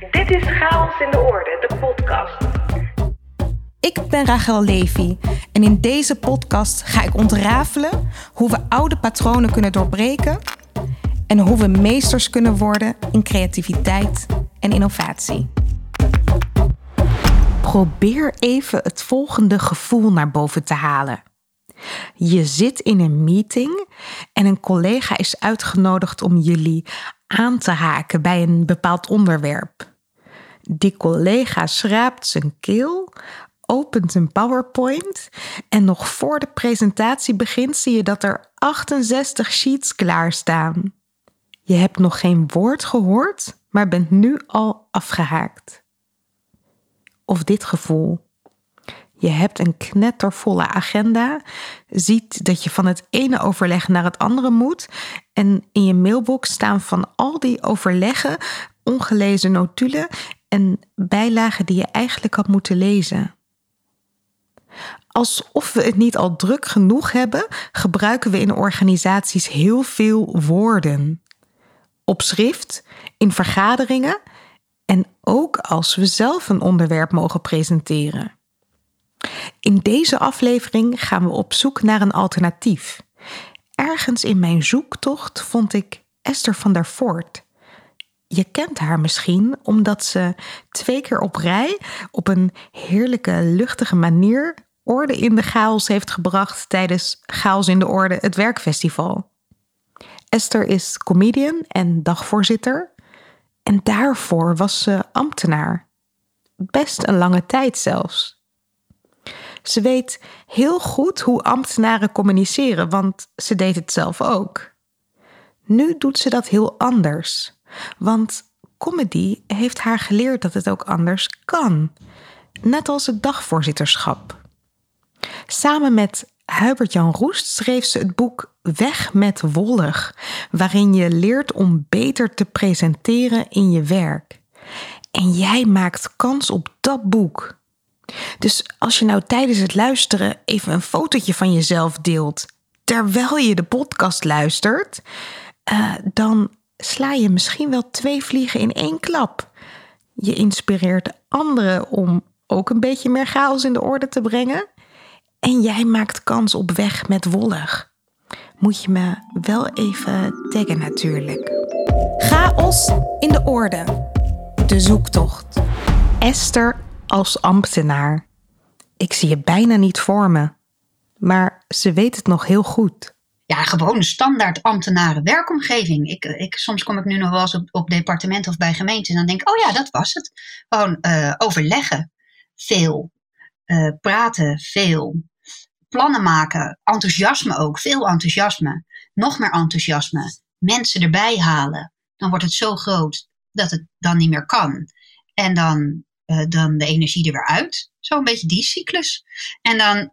Dit is Chaos in de Orde, de podcast. Ik ben Rachel Levy en in deze podcast ga ik ontrafelen hoe we oude patronen kunnen doorbreken en hoe we meesters kunnen worden in creativiteit en innovatie. Probeer even het volgende gevoel naar boven te halen. Je zit in een meeting en een collega is uitgenodigd om jullie aan te haken bij een bepaald onderwerp. Die collega schraapt zijn keel, opent een PowerPoint en nog voor de presentatie begint zie je dat er 68 sheets klaarstaan. Je hebt nog geen woord gehoord, maar bent nu al afgehaakt. Of dit gevoel. Je hebt een knettervolle agenda, ziet dat je van het ene overleg naar het andere moet en in je mailbox staan van al die overleggen ongelezen notulen en bijlagen die je eigenlijk had moeten lezen. Alsof we het niet al druk genoeg hebben, gebruiken we in organisaties heel veel woorden. Op schrift, in vergaderingen en ook als we zelf een onderwerp mogen presenteren. In deze aflevering gaan we op zoek naar een alternatief. Ergens in mijn zoektocht vond ik Esther van der Voort. Je kent haar misschien omdat ze 2 keer op rij op een heerlijke, luchtige manier orde in de chaos heeft gebracht tijdens Chaos in de Orde, het werkfestival. Esther is comedian en dagvoorzitter en daarvoor was ze ambtenaar. Best een lange tijd zelfs. Ze weet heel goed hoe ambtenaren communiceren, want ze deed het zelf ook. Nu doet ze dat heel anders, want comedy heeft haar geleerd dat het ook anders kan. Net als het dagvoorzitterschap. Samen met Hubert-Jan Roest schreef ze het boek Weg met Wollig, waarin je leert om beter te presenteren in je werk. En jij maakt kans op dat boek. Dus als je nou tijdens het luisteren even een fotootje van jezelf deelt, terwijl je de podcast luistert, dan sla je misschien wel 2 vliegen in 1 klap. Je inspireert anderen om ook een beetje meer chaos in de orde te brengen. En jij maakt kans op Weg met Wollig. Moet je me wel even taggen natuurlijk. Chaos in de orde. De zoektocht. Esther als ambtenaar. Ik zie je bijna niet voor me. Maar ze weet het nog heel goed. Ja, gewoon een standaard ambtenaren werkomgeving. Soms kom ik nu nog wel eens op departementen of bij gemeenten. En dan denk ik, oh ja, dat was het. Gewoon overleggen. Veel. Praten. Veel. Plannen maken. Enthousiasme ook. Veel enthousiasme. Nog meer enthousiasme. Mensen erbij halen. Dan wordt het zo groot dat het dan niet meer kan. En dan de energie er weer uit. Zo een beetje die cyclus. En dan,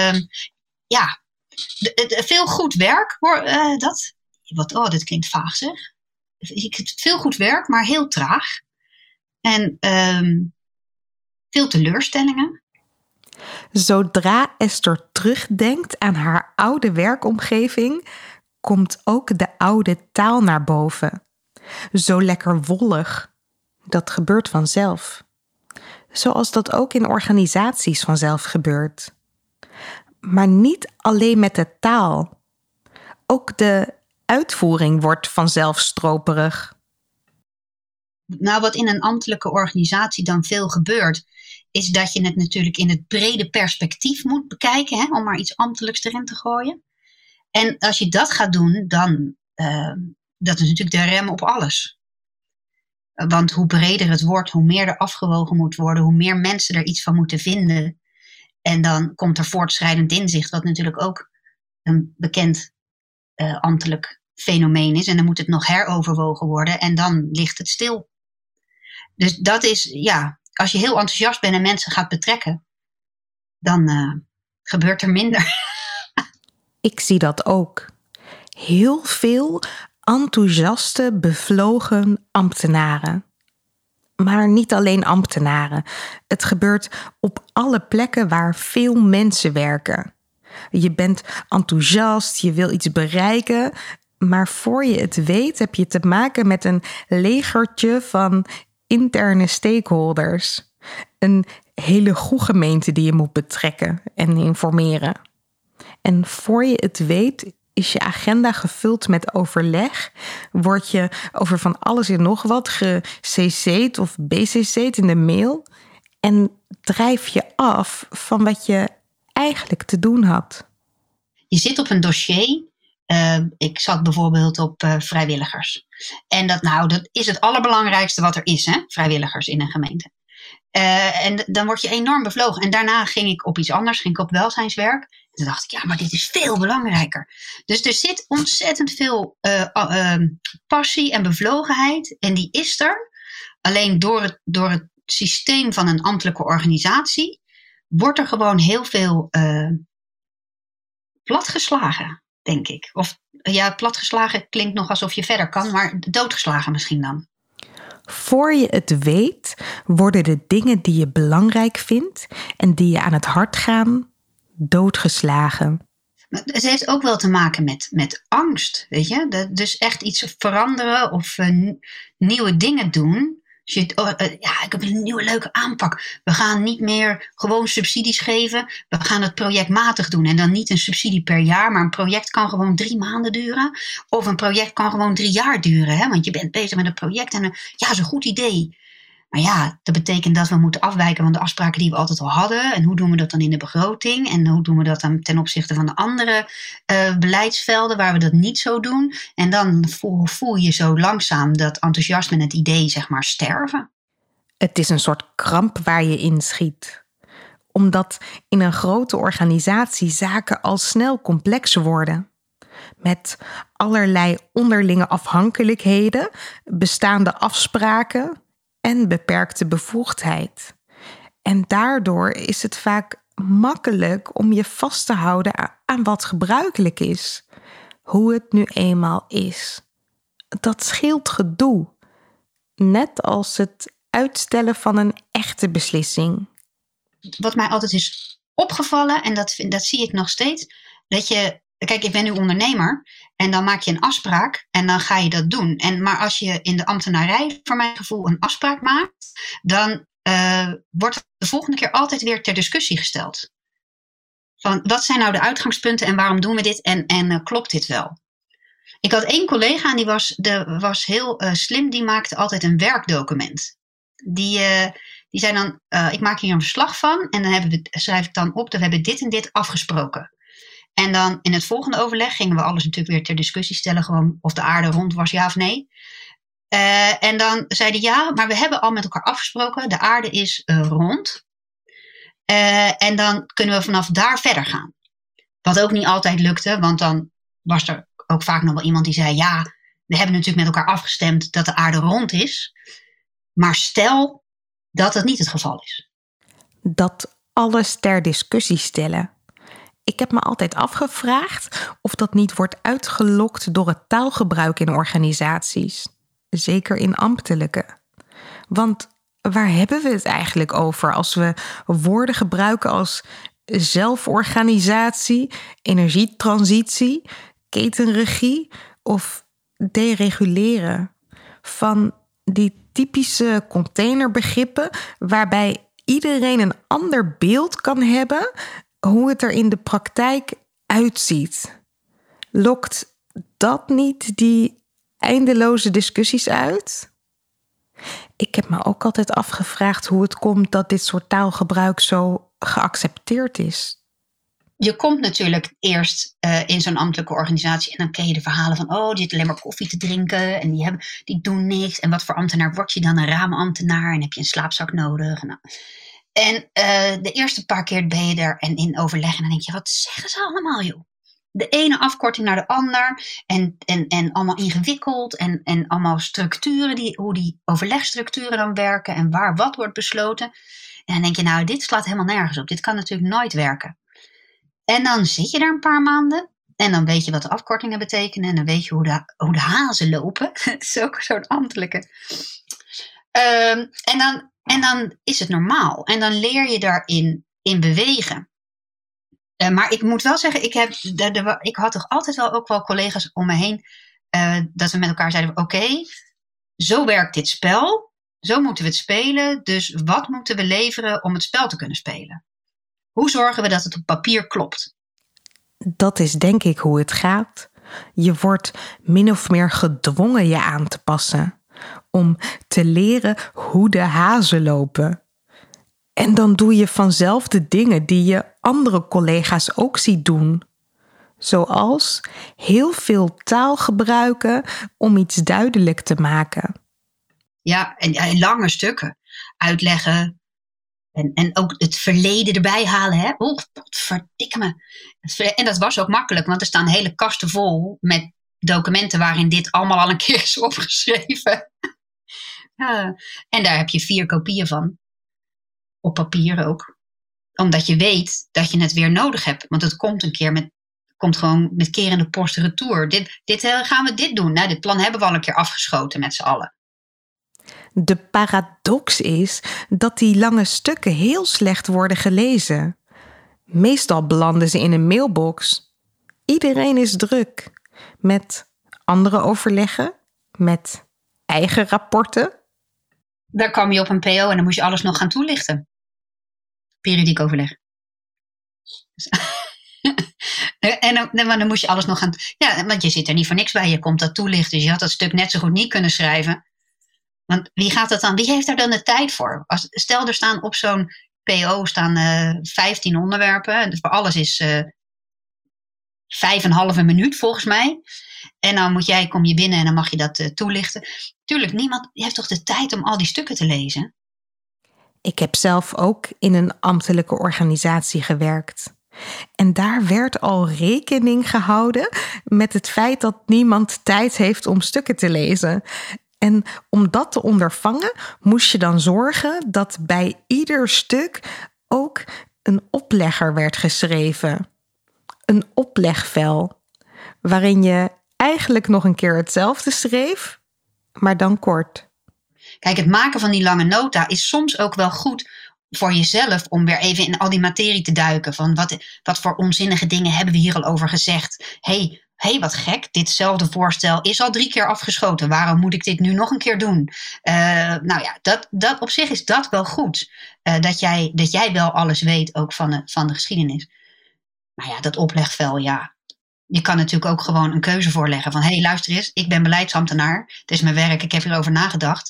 veel goed werk. Dit klinkt vaag zeg. Veel goed werk, maar heel traag. En veel teleurstellingen. Zodra Esther terugdenkt aan haar oude werkomgeving, komt ook de oude taal naar boven. Zo lekker wollig. Dat gebeurt vanzelf. Zoals dat ook in organisaties vanzelf gebeurt. Maar niet alleen met de taal. Ook de uitvoering wordt vanzelf stroperig. Nou, wat in een ambtelijke organisatie dan veel gebeurt, is dat je het natuurlijk in het brede perspectief moet bekijken, hè, om maar iets ambtelijks erin te gooien. En als je dat gaat doen, dan dat is natuurlijk de rem op alles. Want hoe breder het wordt, hoe meer er afgewogen moet worden, hoe meer mensen er iets van moeten vinden. En dan komt er voortschrijdend inzicht, wat natuurlijk ook een bekend ambtelijk fenomeen is. En dan moet het nog heroverwogen worden en dan ligt het stil. Dus dat is, ja, als je heel enthousiast bent en mensen gaat betrekken, dan gebeurt er minder. Ik zie dat ook. Heel veel enthousiaste, bevlogen ambtenaren. Maar niet alleen ambtenaren. Het gebeurt op alle plekken waar veel mensen werken. Je bent enthousiast, je wil iets bereiken, maar voor je het weet heb je te maken met een legertje van interne stakeholders. Een hele goede gemeente die je moet betrekken en informeren. En voor je het weet, is je agenda gevuld met overleg. Word je over van alles en nog wat gecc'd of bcc'd in de mail. En drijf je af van wat je eigenlijk te doen had. Je zit op een dossier. Ik zat bijvoorbeeld op vrijwilligers. En dat is het allerbelangrijkste wat er is, hè? Vrijwilligers in een gemeente. En dan word je enorm bevlogen. En daarna ging ik op iets anders, ging ik op welzijnswerk. En toen dacht ik, ja, maar dit is veel belangrijker. Dus er zit ontzettend veel passie en bevlogenheid. En die is er. Alleen door het systeem van een ambtelijke organisatie wordt er gewoon heel veel platgeslagen, denk ik. Of ja, platgeslagen klinkt nog alsof je verder kan, maar doodgeslagen misschien dan. Voor je het weet, worden de dingen die je belangrijk vindt en die je aan het hart gaan, doodgeslagen. Het heeft ook wel te maken met angst, weet je. Dus echt iets veranderen of nieuwe dingen doen. Dus ik heb een nieuwe leuke aanpak. We gaan niet meer gewoon subsidies geven. We gaan het projectmatig doen. En dan niet een subsidie per jaar. Maar een project kan gewoon 3 maanden duren. Of een project kan gewoon 3 jaar duren. Hè? Want je bent bezig met een project. En dat is een goed idee. Maar ja, dat betekent dat we moeten afwijken van de afspraken die we altijd al hadden. En hoe doen we dat dan in de begroting? En hoe doen we dat dan ten opzichte van de andere beleidsvelden waar we dat niet zo doen? En dan voel je zo langzaam dat enthousiasme en het idee, zeg maar, sterven. Het is een soort kramp waar je in schiet. Omdat in een grote organisatie zaken al snel complex worden. Met allerlei onderlinge afhankelijkheden, bestaande afspraken en beperkte bevoegdheid. En daardoor is het vaak makkelijk om je vast te houden aan wat gebruikelijk is. Hoe het nu eenmaal is. Dat scheelt gedoe. Net als het uitstellen van een echte beslissing. Wat mij altijd is opgevallen, en dat zie ik nog steeds, dat je... Kijk, ik ben nu ondernemer en dan maak je een afspraak en dan ga je dat doen. Maar als je in de ambtenarij, voor mijn gevoel, een afspraak maakt, dan wordt het de volgende keer altijd weer ter discussie gesteld. Van, wat zijn nou de uitgangspunten en waarom doen we dit en klopt dit wel? Ik had 1 collega en die was heel slim, die maakte altijd een werkdocument. Die zei dan, ik maak hier een verslag van en dan schrijf ik dan op dat we hebben dit en dit afgesproken. En dan in het volgende overleg gingen we alles natuurlijk weer ter discussie stellen. Gewoon of de aarde rond was, ja of nee. En dan zeiden ja, maar we hebben al met elkaar afgesproken. De aarde is rond. En dan kunnen we vanaf daar verder gaan. Wat ook niet altijd lukte. Want dan was er ook vaak nog wel iemand die zei... Ja, we hebben natuurlijk met elkaar afgestemd dat de aarde rond is. Maar stel dat dat niet het geval is. Dat alles ter discussie stellen. Ik heb me altijd afgevraagd of dat niet wordt uitgelokt door het taalgebruik in organisaties. Zeker in ambtelijke. Want waar hebben we het eigenlijk over als we woorden gebruiken als zelforganisatie, energietransitie, ketenregie of dereguleren? Van die typische containerbegrippen waarbij iedereen een ander beeld kan hebben hoe het er in de praktijk uitziet. Lokt dat niet die eindeloze discussies uit? Ik heb me ook altijd afgevraagd hoe het komt dat dit soort taalgebruik zo geaccepteerd is. Je komt natuurlijk eerst in zo'n ambtelijke organisatie en dan ken je de verhalen van die zitten alleen maar koffie te drinken en die doen niks. En wat voor ambtenaar word je dan? Een raamambtenaar en heb je een slaapzak nodig? En de eerste paar keer ben je er en in overleg en dan denk je, wat zeggen ze allemaal, joh? De ene afkorting naar de ander en allemaal ingewikkeld en allemaal structuren, hoe die overlegstructuren dan werken en waar wat wordt besloten. En dan denk je, nou, dit slaat helemaal nergens op. Dit kan natuurlijk nooit werken. En dan zit je daar een paar maanden en dan weet je wat de afkortingen betekenen en dan weet je hoe de hazen lopen. Het is ook zo'n ambtelijke. En dan is het normaal. En dan leer je daarin bewegen. Maar ik moet wel zeggen, ik had toch altijd wel ook wel collega's om me heen. Dat we met elkaar zeiden, oké, zo werkt dit spel. Zo moeten we het spelen. Dus wat moeten we leveren om het spel te kunnen spelen? Hoe zorgen we dat het op papier klopt? Dat is denk ik hoe het gaat. Je wordt min of meer gedwongen je aan te passen. Om te leren hoe de hazen lopen. En dan doe je vanzelf de dingen die je andere collega's ook ziet doen. Zoals heel veel taal gebruiken om iets duidelijk te maken. Ja, en lange stukken uitleggen. En ook het verleden erbij halen. Hè? Oh, verdikke me. En dat was ook makkelijk, want er staan hele kasten vol met documenten waarin dit allemaal al een keer is opgeschreven. Ja. En daar heb je 4 kopieën van. Op papier ook. Omdat je weet dat je het weer nodig hebt. Want het komt een keer komt gewoon met kerende post retour. Gaan we dit doen? Nou, dit plan hebben we al een keer afgeschoten met z'n allen. De paradox is dat die lange stukken heel slecht worden gelezen. Meestal belanden ze in een mailbox. Iedereen is druk. Met andere overleggen. Met eigen rapporten. Daar kwam je op een PO en dan moest je alles nog gaan toelichten. Periodiek overleg. En dan moest je alles nog gaan... Ja, want je zit er niet voor niks bij. Je komt dat toelichten. Dus je had dat stuk net zo goed niet kunnen schrijven. Want wie gaat dat dan? Wie heeft daar dan de tijd voor? Stel, er staan op zo'n PO 15 onderwerpen. En voor alles is 5,5 minuut volgens mij. En dan kom je binnen en dan mag je dat toelichten. Tuurlijk, niemand heeft toch de tijd om al die stukken te lezen? Ik heb zelf ook in een ambtelijke organisatie gewerkt. En daar werd al rekening gehouden met het feit dat niemand tijd heeft om stukken te lezen. En om dat te ondervangen moest je dan zorgen dat bij ieder stuk ook een oplegger werd geschreven. Een oplegvel, waarin je eigenlijk nog een keer hetzelfde schreef, maar dan kort. Kijk, het maken van die lange nota is soms ook wel goed voor jezelf om weer even in al die materie te duiken. Van wat voor onzinnige dingen hebben we hier al over gezegd? Hey, wat gek, ditzelfde voorstel is al 3 keer afgeschoten. Waarom moet ik dit nu nog een keer doen? Nou ja, dat op zich is dat wel goed. Dat jij wel alles weet ook van de geschiedenis. Maar ja, dat oplegvel, ja. Je kan natuurlijk ook gewoon een keuze voorleggen van... hey, luister eens, ik ben beleidsambtenaar. Het is mijn werk, ik heb hierover nagedacht.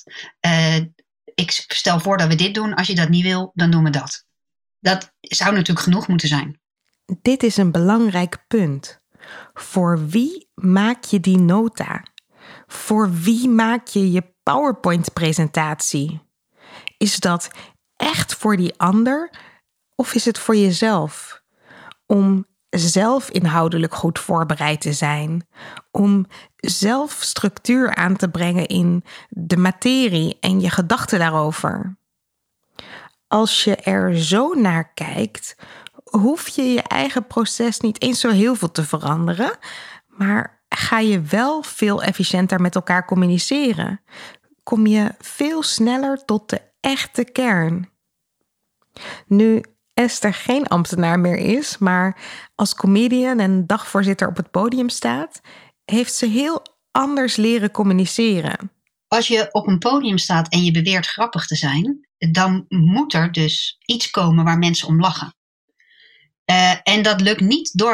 Ik stel voor dat we dit doen. Als je dat niet wil, dan doen we dat. Dat zou natuurlijk genoeg moeten zijn. Dit is een belangrijk punt. Voor wie maak je die nota? Voor wie maak je je PowerPoint-presentatie? Is dat echt voor die ander of is het voor jezelf? Om zelf inhoudelijk goed voorbereid te zijn. Om zelf structuur aan te brengen in de materie en je gedachten daarover. Als je er zo naar kijkt, hoef je je eigen proces niet eens zo heel veel te veranderen, maar ga je wel veel efficiënter met elkaar communiceren. Kom je veel sneller tot de echte kern. Nu Esther geen ambtenaar meer is, maar als comedian en dagvoorzitter op het podium staat, heeft ze heel anders leren communiceren. Als je op een podium staat en je beweert grappig te zijn, dan moet er dus iets komen waar mensen om lachen. En dat lukt niet door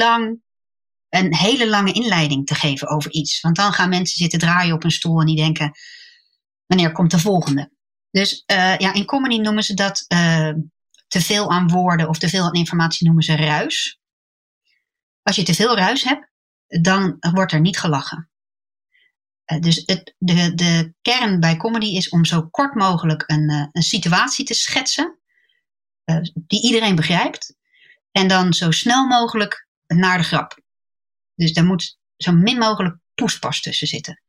een hele lange inleiding te geven over iets. Want dan gaan mensen zitten draaien op een stoel en die denken, wanneer komt de volgende? Dus in comedy noemen ze dat te veel aan woorden of te veel aan informatie noemen ze ruis. Als je te veel ruis hebt, dan wordt er niet gelachen. Dus de kern bij comedy is om zo kort mogelijk een situatie te schetsen die iedereen begrijpt. En dan zo snel mogelijk naar de grap. Dus daar moet zo min mogelijk poespas tussen zitten.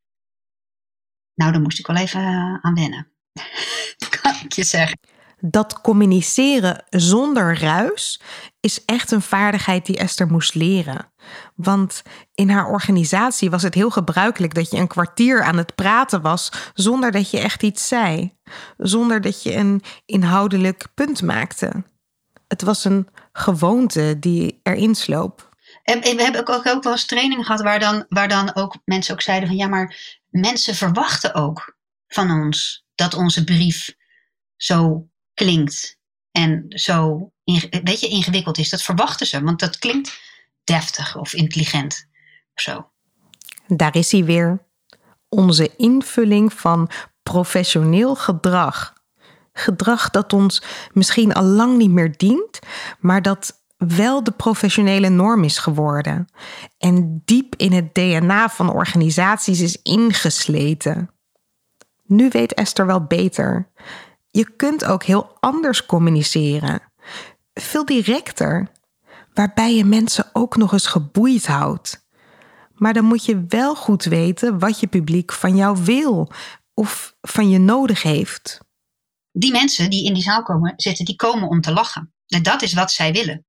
Nou, daar moest ik wel even aan wennen. Kan ik je zeggen. Dat communiceren zonder ruis is echt een vaardigheid die Esther moest leren. Want in haar organisatie was het heel gebruikelijk dat je een kwartier aan het praten was zonder dat je echt iets zei. Zonder dat je een inhoudelijk punt maakte. Het was een gewoonte die erin sloop. En we hebben ook wel eens trainingen gehad waar dan ook mensen ook zeiden van ja, maar mensen verwachten ook van ons dat onze brief zo klinkt en zo ingewikkeld is. Dat verwachten ze, want dat klinkt deftig of intelligent of zo. Daar is hij weer. Onze invulling van professioneel gedrag. Gedrag dat ons misschien al lang niet meer dient, maar dat wel de professionele norm is geworden. En diep in het DNA van organisaties is ingesleten. Nu weet Esther wel beter. Je kunt ook heel anders communiceren. Veel directer. Waarbij je mensen ook nog eens geboeid houdt. Maar dan moet je wel goed weten wat je publiek van jou wil of van je nodig heeft. Die mensen die in die zaal komen zitten, die komen om te lachen. En dat is wat zij willen.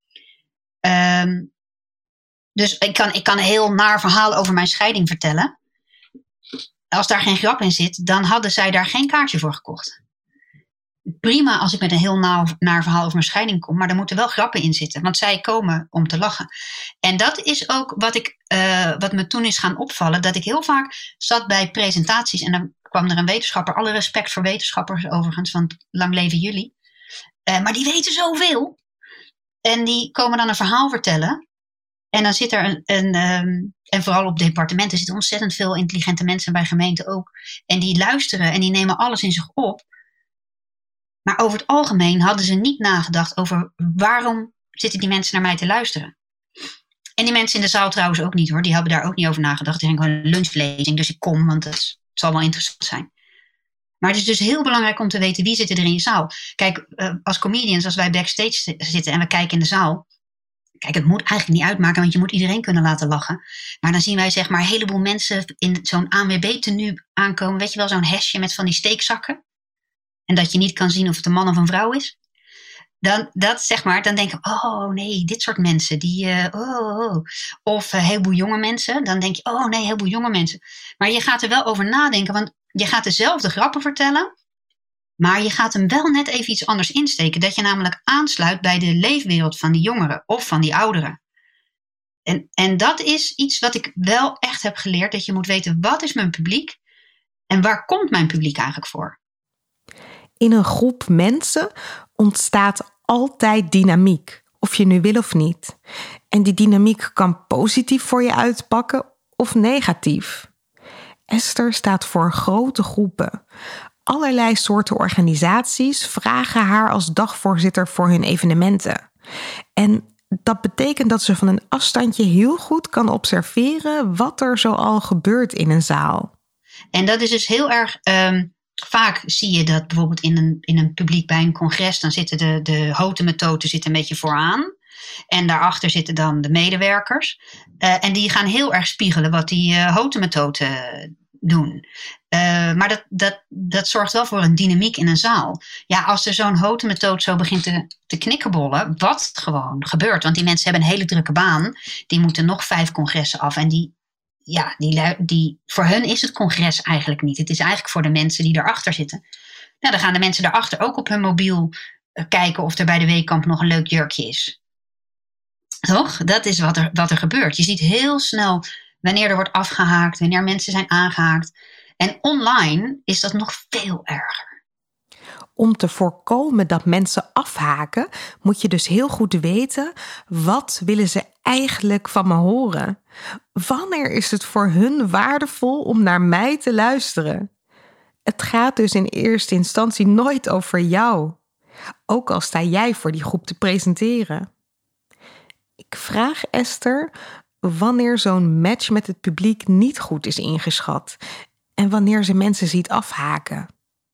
Dus ik kan een heel naar verhaal over mijn scheiding vertellen. Als daar geen grap in zit, dan hadden zij daar geen kaartje voor gekocht. Prima als ik met een heel naar verhaal over mijn scheiding kom, maar er moeten wel grappen in zitten, want zij komen om te lachen. En dat is ook wat me toen is gaan opvallen, dat ik heel vaak zat bij presentaties en dan kwam er een wetenschapper, alle respect voor wetenschappers overigens, want lang leven jullie. Maar die weten zoveel. En die komen dan een verhaal vertellen. En dan zit er en vooral op departementen zitten ontzettend veel intelligente mensen, bij gemeenten ook. En die luisteren en die nemen alles in zich op. Maar over het algemeen hadden ze niet nagedacht over waarom zitten die mensen naar mij te luisteren. En die mensen in de zaal trouwens ook niet hoor. Die hebben daar ook niet over nagedacht. Die zijn gewoon een lunchlezing, dus ik kom, want het zal wel interessant zijn. Maar het is dus heel belangrijk om te weten wie zit er in je zaal. Kijk, als comedians, als wij backstage zitten en we kijken in de zaal. Kijk, het moet eigenlijk niet uitmaken, want je moet iedereen kunnen laten lachen. Maar dan zien wij zeg maar een heleboel mensen in zo'n ANWB-tenue aankomen. Weet je wel, zo'n hesje met van die steekzakken. En dat je niet kan zien of het een man of een vrouw is. Dan denk ik, oh nee, dit soort mensen. Of een heleboel jonge mensen. Dan denk je, oh nee, een heleboel jonge mensen. Maar je gaat er wel over nadenken, want je gaat dezelfde grappen vertellen. Maar je gaat hem wel net even iets anders insteken. Dat je namelijk aansluit bij de leefwereld van die jongeren of van die ouderen. En dat is iets wat ik wel echt heb geleerd. Dat je moet weten, wat is mijn publiek? En waar komt mijn publiek eigenlijk voor? In een groep mensen ontstaat altijd dynamiek, of je nu wil of niet. En die dynamiek kan positief voor je uitpakken of negatief. Esther staat voor grote groepen. Allerlei soorten organisaties vragen haar als dagvoorzitter voor hun evenementen. En dat betekent dat ze van een afstandje heel goed kan observeren wat er zoal gebeurt in een zaal. En dat is dus heel erg. Vaak zie je dat bijvoorbeeld in een publiek bij een congres, dan zitten de hotemethoden een beetje vooraan. En daarachter zitten dan de medewerkers. En die gaan heel erg spiegelen wat die hotemethoden doen. Maar dat zorgt wel voor een dynamiek in een zaal. Ja, als er zo'n hotemethode zo begint te knikkenbollen, wat gewoon gebeurt. Want die mensen hebben een hele drukke baan. Die moeten nog 5 congressen af. En die voor hun is het congres eigenlijk niet. Het is eigenlijk voor de mensen die erachter zitten. Nou, dan gaan de mensen daarachter ook op hun mobiel kijken of er bij de Weekamp nog een leuk jurkje is. Toch? Dat is wat er gebeurt. Je ziet heel snel wanneer er wordt afgehaakt, wanneer mensen zijn aangehaakt. En online is dat nog veel erger. Om te voorkomen dat mensen afhaken, moet je dus heel goed weten, wat willen ze eigenlijk van me horen? Wanneer is het voor hun waardevol om naar mij te luisteren? Het gaat dus in eerste instantie nooit over jou. Ook al sta jij voor die groep te presenteren. Ik vraag Esther wanneer zo'n match met het publiek niet goed is ingeschat en wanneer ze mensen ziet afhaken.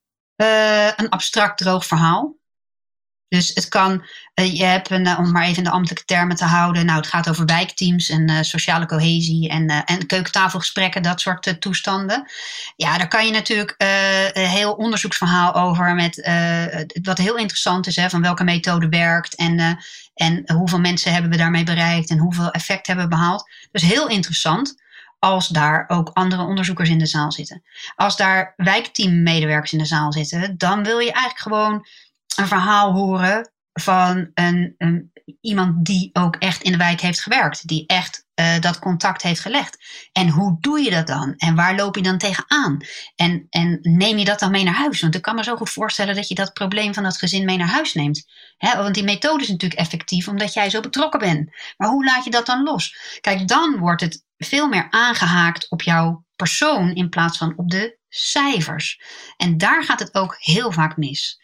Een abstract droog verhaal. Dus het kan, je hebt om maar even in de ambtelijke termen te houden. Nou, het gaat over wijkteams en sociale cohesie en keukentafelgesprekken, dat soort toestanden. Ja, daar kan je natuurlijk een heel onderzoeksverhaal over met wat heel interessant is, van welke methode werkt en hoeveel mensen hebben we daarmee bereikt en hoeveel effect hebben we behaald. Dus heel interessant. Als daar ook andere onderzoekers in de zaal zitten. Als daar wijkteammedewerkers in de zaal zitten, dan wil je eigenlijk gewoon een verhaal horen van iemand die ook echt in de wijk heeft gewerkt. Die echt dat contact heeft gelegd. En hoe doe je dat dan? En waar loop je dan tegenaan? En neem je dat dan mee naar huis? Want ik kan me zo goed voorstellen dat je dat probleem van dat gezin mee naar huis neemt. Want die methode is natuurlijk effectief omdat jij zo betrokken bent. Maar hoe laat je dat dan los? Kijk, dan wordt het veel meer aangehaakt op jouw persoon in plaats van op de cijfers. En daar gaat het ook heel vaak mis.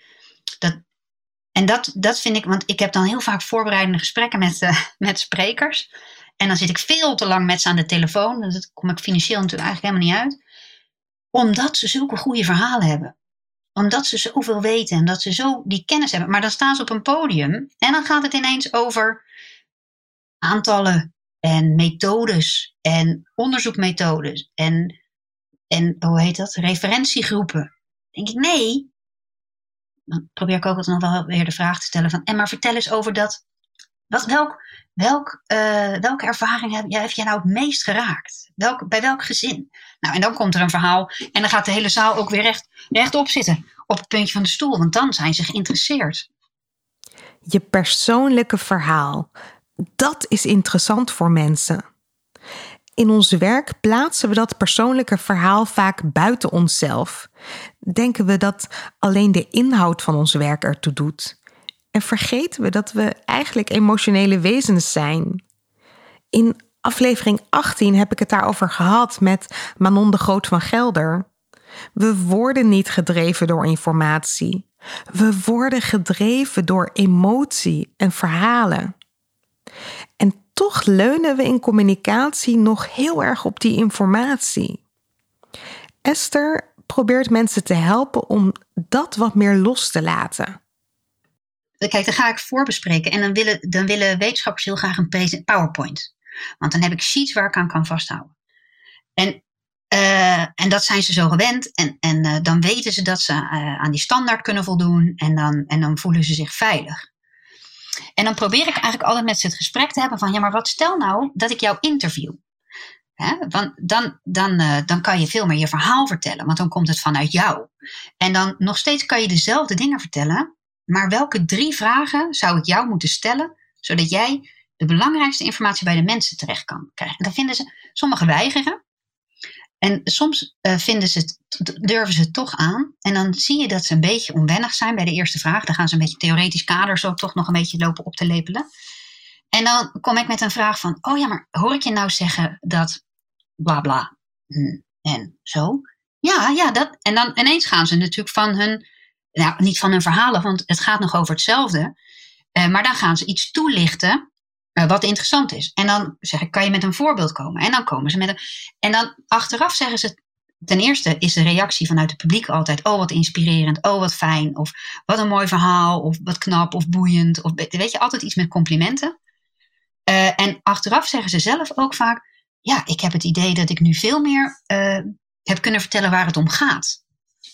Dat vind ik, want ik heb dan heel vaak voorbereidende gesprekken met sprekers. En dan zit ik veel te lang met ze aan de telefoon. Dat kom ik financieel natuurlijk eigenlijk helemaal niet uit. Omdat ze zulke goede verhalen hebben. Omdat ze zoveel weten en dat ze zo die kennis hebben. Maar dan staan ze op een podium en dan gaat het ineens over aantallen en methodes en onderzoekmethodes en hoe heet dat? Referentiegroepen. Dan denk ik, nee. Dan probeer ik ook altijd nog wel weer de vraag te stellen van, maar vertel eens over dat. Welke ervaring heb jij nou het meest geraakt? Bij welk gezin? Nou, en dan komt er een verhaal en dan gaat de hele zaal ook weer rechtop zitten. Op het puntje van de stoel, want dan zijn ze geïnteresseerd. Je persoonlijke verhaal. Dat is interessant voor mensen. In ons werk plaatsen we dat persoonlijke verhaal vaak buiten onszelf. Denken we dat alleen de inhoud van ons werk ertoe doet. En vergeten we dat we eigenlijk emotionele wezens zijn. In aflevering 18 heb ik het daarover gehad met Manon de Groot van Gelder. We worden niet gedreven door informatie. We worden gedreven door emotie en verhalen. En toch leunen we in communicatie nog heel erg op die informatie. Esther probeert mensen te helpen om dat wat meer los te laten. Kijk, dan ga ik voorbespreken en dan willen wetenschappers heel graag een PowerPoint. Want dan heb ik sheets waar ik aan kan vasthouden. En dat zijn ze zo gewend. En dan weten ze dat ze aan die standaard kunnen voldoen. En dan voelen ze zich veilig. En dan probeer ik eigenlijk altijd met ze het gesprek te hebben van, ja, maar wat stel nou dat ik jou interview? Want dan kan je veel meer je verhaal vertellen. Want dan komt het vanuit jou. En dan nog steeds kan je dezelfde dingen vertellen. Maar welke 3 vragen zou ik jou moeten stellen, zodat jij de belangrijkste informatie bij de mensen terecht kan krijgen? En dan vinden ze, sommigen weigeren. En soms durven ze het toch aan. En dan zie je dat ze een beetje onwennig zijn bij de eerste vraag. Dan gaan ze een beetje theoretisch kader zo toch nog een beetje lopen op te lepelen. En dan kom ik met een vraag van, oh ja, maar hoor ik je nou zeggen dat bla bla en zo? Ja, dat. En dan ineens gaan ze natuurlijk van hun, nou niet van hun verhalen, want het gaat nog over hetzelfde. Maar dan gaan ze iets toelichten wat interessant is. En dan zeg ik, kan je met een voorbeeld komen? En dan komen ze met een. En dan achteraf zeggen ze, ten eerste is de reactie vanuit het publiek altijd, oh wat inspirerend, oh wat fijn, of wat een mooi verhaal, of wat knap, of boeiend. Of weet je, altijd iets met complimenten. En achteraf zeggen ze zelf ook vaak, ja, ik heb het idee dat ik nu veel meer heb kunnen vertellen waar het om gaat.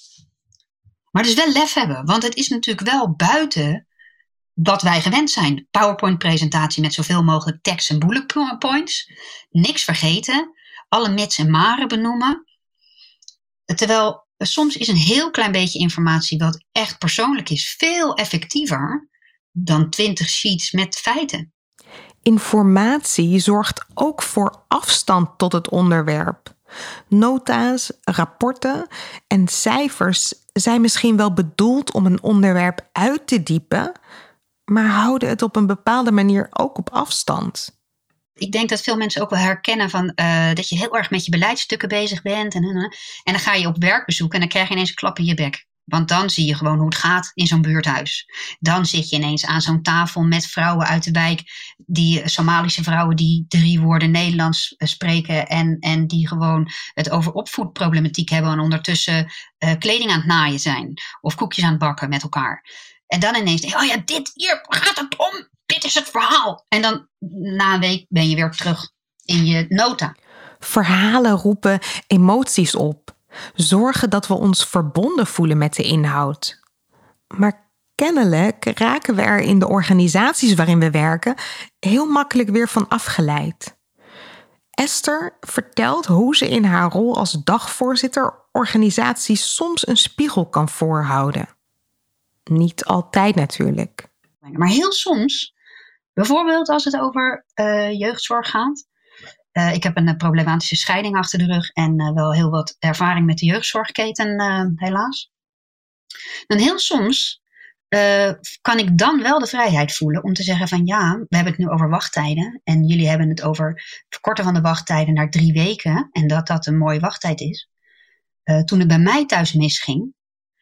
Maar dus wel lef hebben, want het is natuurlijk wel buiten wat wij gewend zijn. PowerPoint-presentatie met zoveel mogelijk tekst en bullet points. Niks vergeten. Alle mits en maren benoemen. Terwijl soms is een heel klein beetje informatie wat echt persoonlijk is veel effectiever dan 20 sheets met feiten. Informatie zorgt ook voor afstand tot het onderwerp. Nota's, rapporten en cijfers zijn misschien wel bedoeld om een onderwerp uit te diepen, maar houden het op een bepaalde manier ook op afstand. Ik denk dat veel mensen ook wel herkennen van dat je heel erg met je beleidsstukken bezig bent. En dan ga je op werkbezoek en dan krijg je ineens een klap in je bek. Want dan zie je gewoon hoe het gaat in zo'n buurthuis. Dan zit je ineens aan zo'n tafel met vrouwen uit de wijk. Die Somalische vrouwen die 3 woorden Nederlands spreken. En die gewoon het over opvoedproblematiek hebben. En ondertussen kleding aan het naaien zijn. Of koekjes aan het bakken met elkaar. En dan ineens denk je, oh ja, hier gaat het om. Dit is het verhaal. En dan na een week ben je weer terug in je nota. Verhalen roepen emoties op. Zorgen dat we ons verbonden voelen met de inhoud. Maar kennelijk raken we er in de organisaties waarin we werken heel makkelijk weer van afgeleid. Esther vertelt hoe ze in haar rol als dagvoorzitter organisaties soms een spiegel kan voorhouden. Niet altijd natuurlijk. Maar heel soms, bijvoorbeeld als het over jeugdzorg gaat, Ik heb een problematische scheiding achter de rug en wel heel wat ervaring met de jeugdzorgketen, helaas. En heel soms kan ik dan wel de vrijheid voelen om te zeggen van ja, we hebben het nu over wachttijden en jullie hebben het over verkorten van de wachttijden naar 3 weken en dat een mooie wachttijd is. Toen het bij mij thuis misging,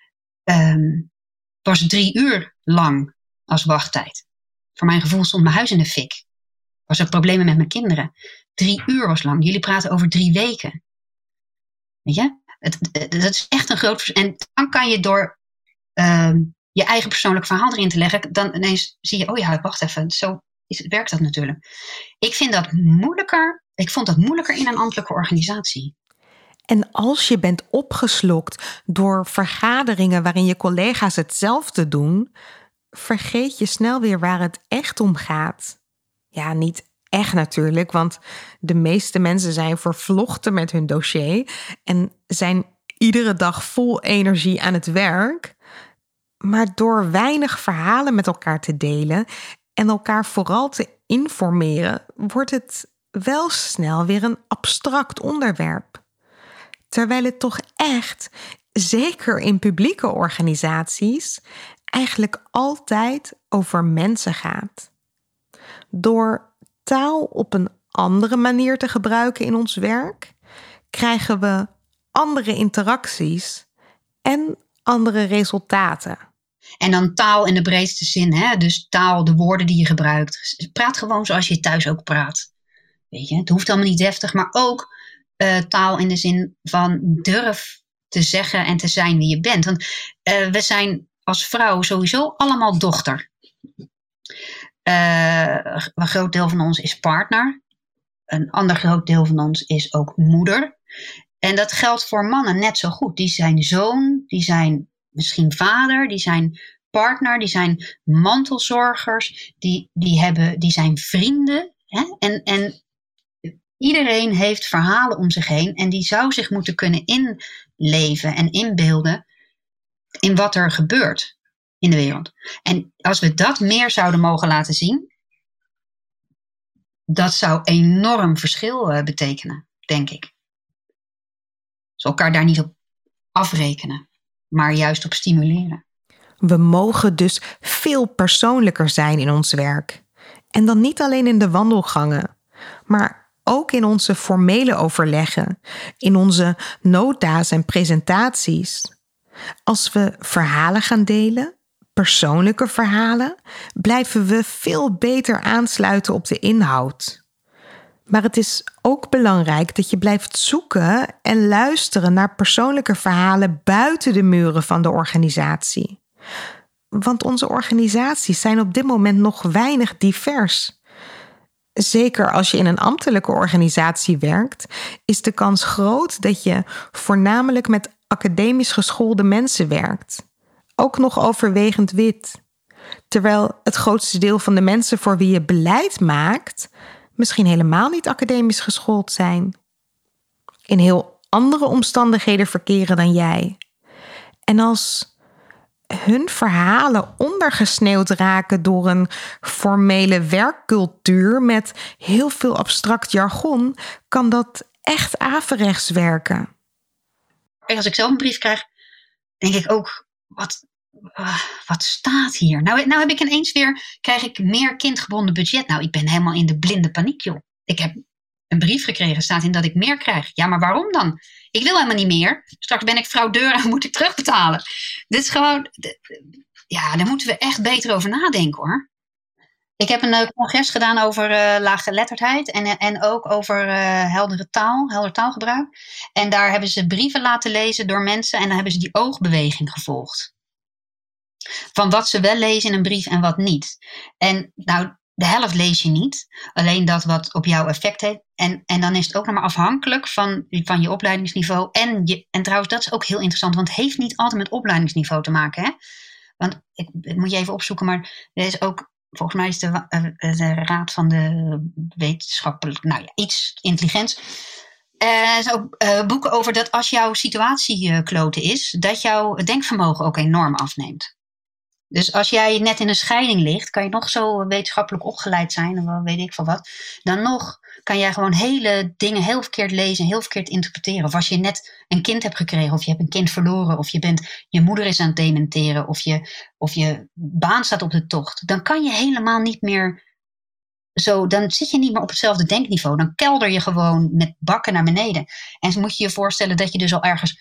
was 3 uur lang als wachttijd. Voor mijn gevoel stond mijn huis in de fik. Was er problemen met mijn kinderen. 3 uur was lang. Jullie praten over 3 weken. Weet je? Dat is echt een groot verschil. En dan kan je door je eigen persoonlijk verhaal erin te leggen, dan ineens zie je, oh ja, wacht even. Zo werkt dat natuurlijk. Ik vond dat moeilijker in een ambtelijke organisatie. En als je bent opgeslokt door vergaderingen waarin je collega's hetzelfde doen, vergeet je snel weer waar het echt om gaat. Ja, niet echt natuurlijk, want de meeste mensen zijn vervlochten met hun dossier en zijn iedere dag vol energie aan het werk. Maar door weinig verhalen met elkaar te delen en elkaar vooral te informeren, wordt het wel snel weer een abstract onderwerp. Terwijl het toch echt, zeker in publieke organisaties, eigenlijk altijd over mensen gaat. Door taal op een andere manier te gebruiken in ons werk, krijgen we andere interacties en andere resultaten. En dan taal in de breedste zin, hè? Dus taal, de woorden die je gebruikt. Praat gewoon zoals je thuis ook praat. Weet je? Het hoeft allemaal niet deftig, maar ook taal in de zin van durf te zeggen en te zijn wie je bent. Want we zijn als vrouw sowieso allemaal dochter. Een groot deel van ons is partner. Een ander groot deel van ons is ook moeder. En dat geldt voor mannen net zo goed. Die zijn zoon, die zijn misschien vader, die zijn partner, die zijn mantelzorgers, die zijn vrienden. Hè? En iedereen heeft verhalen om zich heen en die zou zich moeten kunnen inleven en inbeelden in wat er gebeurt in de wereld. En als we dat meer zouden mogen laten zien, dat zou enorm verschil betekenen, denk ik. Dus elkaar daar niet op afrekenen, maar juist op stimuleren. We mogen dus veel persoonlijker zijn in ons werk. En dan niet alleen in de wandelgangen, maar ook in onze formele overleggen, in onze nota's en presentaties. Als we verhalen gaan delen, persoonlijke verhalen, blijven we veel beter aansluiten op de inhoud. Maar het is ook belangrijk dat je blijft zoeken en luisteren naar persoonlijke verhalen buiten de muren van de organisatie. Want onze organisaties zijn op dit moment nog weinig divers. Zeker als je in een ambtelijke organisatie werkt, is de kans groot dat je voornamelijk met academisch geschoolde mensen werkt. Ook nog overwegend wit. Terwijl het grootste deel van de mensen voor wie je beleid maakt misschien helemaal niet academisch geschoold zijn. In heel andere omstandigheden verkeren dan jij. En als hun verhalen ondergesneeuwd raken door een formele werkcultuur met heel veel abstract jargon, kan dat echt averechts werken. Als ik zelf een brief krijg, denk ik ook, wat staat hier? Nou heb ik ineens krijg ik meer kindgebonden budget. Nou, ik ben helemaal in de blinde paniek, joh. Ik heb een brief gekregen, staat in dat ik meer krijg. Ja, maar waarom dan? Ik wil helemaal niet meer. Straks ben ik vrouw Deur en moet ik terugbetalen. Dit is gewoon, ja, daar moeten we echt beter over nadenken, hoor. Ik heb een congres gedaan over laaggeletterdheid en ook over helder taalgebruik. En daar hebben ze brieven laten lezen door mensen en dan hebben ze die oogbeweging gevolgd. Van wat ze wel lezen in een brief en wat niet. En nou, de helft lees je niet. Alleen dat wat op jou effect heeft. En dan is het ook nog maar afhankelijk van je opleidingsniveau. En trouwens, dat is ook heel interessant. Want het heeft niet altijd met opleidingsniveau te maken. Hè? Want ik moet je even opzoeken. Maar er is ook, volgens mij is de Raad van de Wetenschappelijk, nou ja, iets intelligents. Er zijn ook boeken over dat als jouw situatie kloten is, dat jouw denkvermogen ook enorm afneemt. Dus als jij net in een scheiding ligt, kan je nog zo wetenschappelijk opgeleid zijn, of wel weet ik veel wat. Dan nog kan jij gewoon hele dingen heel verkeerd lezen, heel verkeerd interpreteren. Of als je net een kind hebt gekregen, of je hebt een kind verloren, of je moeder is aan het dementeren, of je baan staat op de tocht. Dan kan je helemaal niet meer zo, dan zit je niet meer op hetzelfde denkniveau. Dan kelder je gewoon met bakken naar beneden. En dan moet je je voorstellen dat je dus al ergens,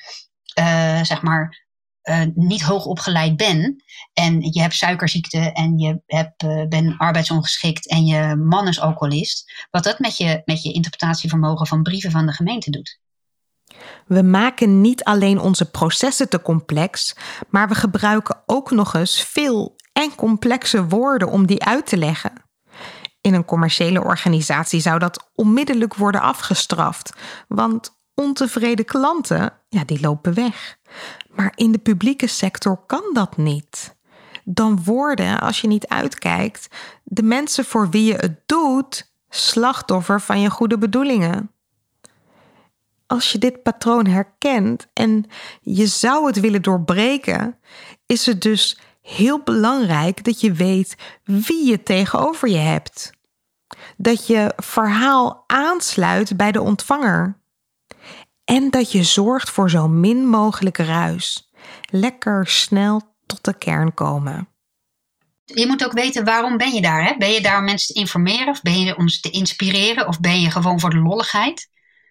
niet hoog opgeleid bent. En je hebt suikerziekte en je bent arbeidsongeschikt en je man is alcoholist. Wat dat met je interpretatievermogen van brieven van de gemeente doet. We maken niet alleen onze processen te complex, maar we gebruiken ook nog eens veel en complexe woorden om die uit te leggen. In een commerciële organisatie zou dat onmiddellijk worden afgestraft, want ontevreden klanten, die lopen weg. Maar in de publieke sector kan dat niet. Dan worden, als je niet uitkijkt, de mensen voor wie je het doet, slachtoffer van je goede bedoelingen. Als je dit patroon herkent en je zou het willen doorbreken, is het dus heel belangrijk dat je weet wie je tegenover je hebt. Dat je verhaal aansluit bij de ontvanger. En dat je zorgt voor zo min mogelijk ruis. Lekker snel tot de kern komen. Je moet ook weten, waarom ben je daar? Hè? Ben je daar om mensen te informeren? Of ben je om ze te inspireren? Of ben je gewoon voor de lolligheid?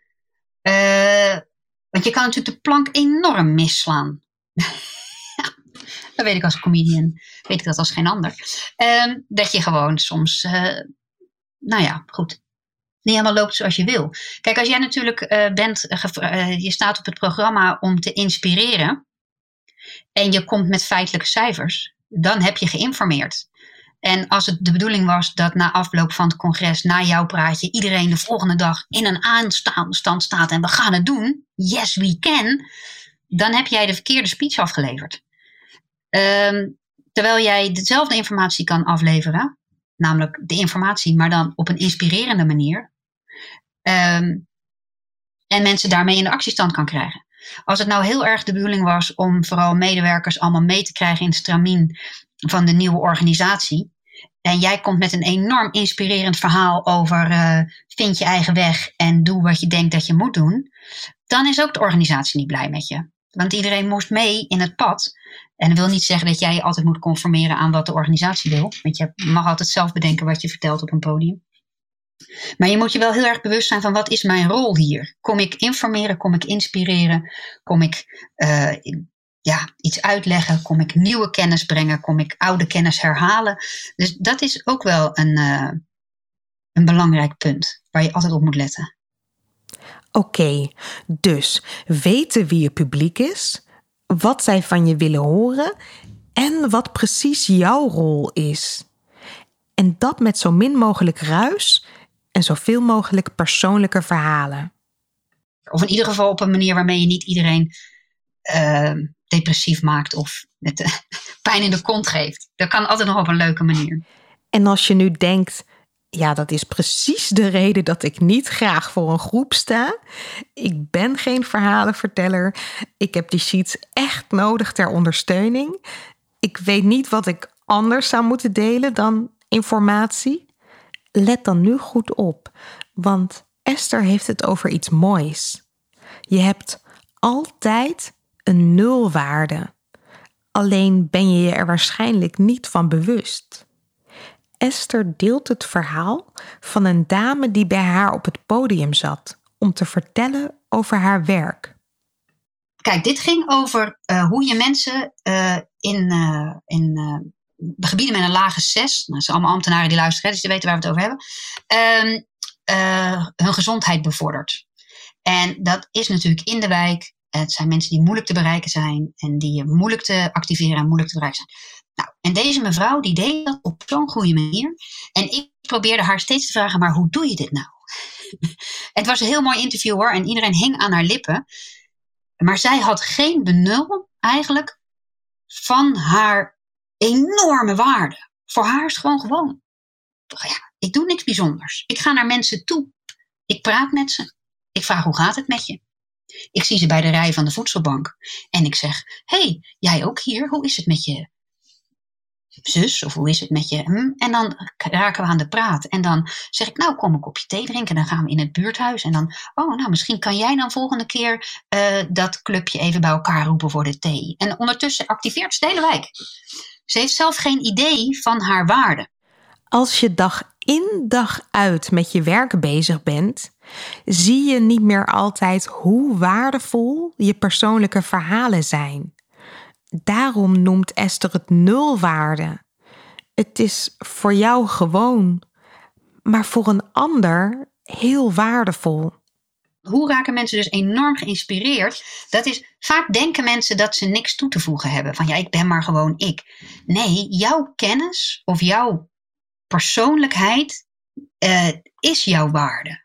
Want je kan natuurlijk de plank enorm misslaan. Dat weet ik als comedian. Weet ik dat als geen ander. Dat je gewoon soms, goed, niet helemaal loopt zoals je wil. Kijk, als jij natuurlijk je staat op het programma om te inspireren. En je komt met feitelijke cijfers. Dan heb je geïnformeerd. En als het de bedoeling was dat na afloop van het congres, na jouw praatje, iedereen de volgende dag in een aanstand staat en we gaan het doen. Yes, we can. Dan heb jij de verkeerde speech afgeleverd. Terwijl jij dezelfde informatie kan afleveren. Namelijk de informatie, maar dan op een inspirerende manier. En mensen daarmee in de actiestand kan krijgen. Als het nou heel erg de bedoeling was om vooral medewerkers allemaal mee te krijgen in het stramien van de nieuwe organisatie. En jij komt met een enorm inspirerend verhaal over vind je eigen weg en doe wat je denkt dat je moet doen. Dan is ook de organisatie niet blij met je. Want iedereen moest mee in het pad. En dat wil niet zeggen dat jij je altijd moet conformeren aan wat de organisatie wil. Want je mag altijd zelf bedenken wat je vertelt op een podium. Maar je moet je wel heel erg bewust zijn van wat is mijn rol hier? Kom ik informeren? Kom ik inspireren? Kom ik iets uitleggen? Kom ik nieuwe kennis brengen? Kom ik oude kennis herhalen? Dus dat is ook wel een belangrijk punt waar je altijd op moet letten. Oké, dus weten wie je publiek is, wat zij van je willen horen en wat precies jouw rol is. En dat met zo min mogelijk ruis en zoveel mogelijk persoonlijke verhalen. Of in ieder geval op een manier waarmee je niet iedereen depressief maakt of met pijn in de kont geeft. Dat kan altijd nog op een leuke manier. En als je nu denkt, ja, dat is precies de reden dat ik niet graag voor een groep sta. Ik ben geen verhalenverteller. Ik heb die sheets echt nodig ter ondersteuning. Ik weet niet wat ik anders zou moeten delen dan informatie. Let dan nu goed op, want Esther heeft het over iets moois. Je hebt altijd een nulwaarde. Alleen ben je je er waarschijnlijk niet van bewust. Esther deelt het verhaal van een dame die bij haar op het podium zat om te vertellen over haar werk. Kijk, dit ging over hoe je mensen in de gebieden met een lage 6, dat zijn allemaal ambtenaren die luisteren, dus die weten waar we het over hebben, hun gezondheid bevordert. En dat is natuurlijk in de wijk. Het zijn mensen die moeilijk te bereiken zijn en die moeilijk te activeren en moeilijk te bereiken zijn. Nou, en deze mevrouw die deed dat op zo'n goede manier. En ik probeerde haar steeds te vragen, maar hoe doe je dit nou? Het was een heel mooi interview hoor en iedereen hing aan haar lippen. Maar zij had geen benul eigenlijk van haar enorme waarde. Voor haar is het gewoon. Ja, ik doe niks bijzonders. Ik ga naar mensen toe. Ik praat met ze. Ik vraag hoe gaat het met je? Ik zie ze bij de rij van de voedselbank. En ik zeg, hey, jij ook hier? Hoe is het met je? zus, of hoe is het met je? En dan raken we aan de praat. En dan zeg ik, nou, kom een kopje thee drinken. Dan gaan we in het buurthuis. En dan, misschien kan jij dan volgende keer dat clubje even bij elkaar roepen voor de thee. En ondertussen activeert ze de hele wijk. Ze heeft zelf geen idee van haar waarde. Als je dag in dag uit met je werk bezig bent, zie je niet meer altijd hoe waardevol je persoonlijke verhalen zijn. Daarom noemt Esther het nulwaarde. Het is voor jou gewoon, maar voor een ander heel waardevol. Hoe raken mensen dus enorm geïnspireerd? Dat is, vaak denken mensen dat ze niks toe te voegen hebben. Van ik ben maar gewoon ik. Nee, jouw kennis of jouw persoonlijkheid is jouw waarde.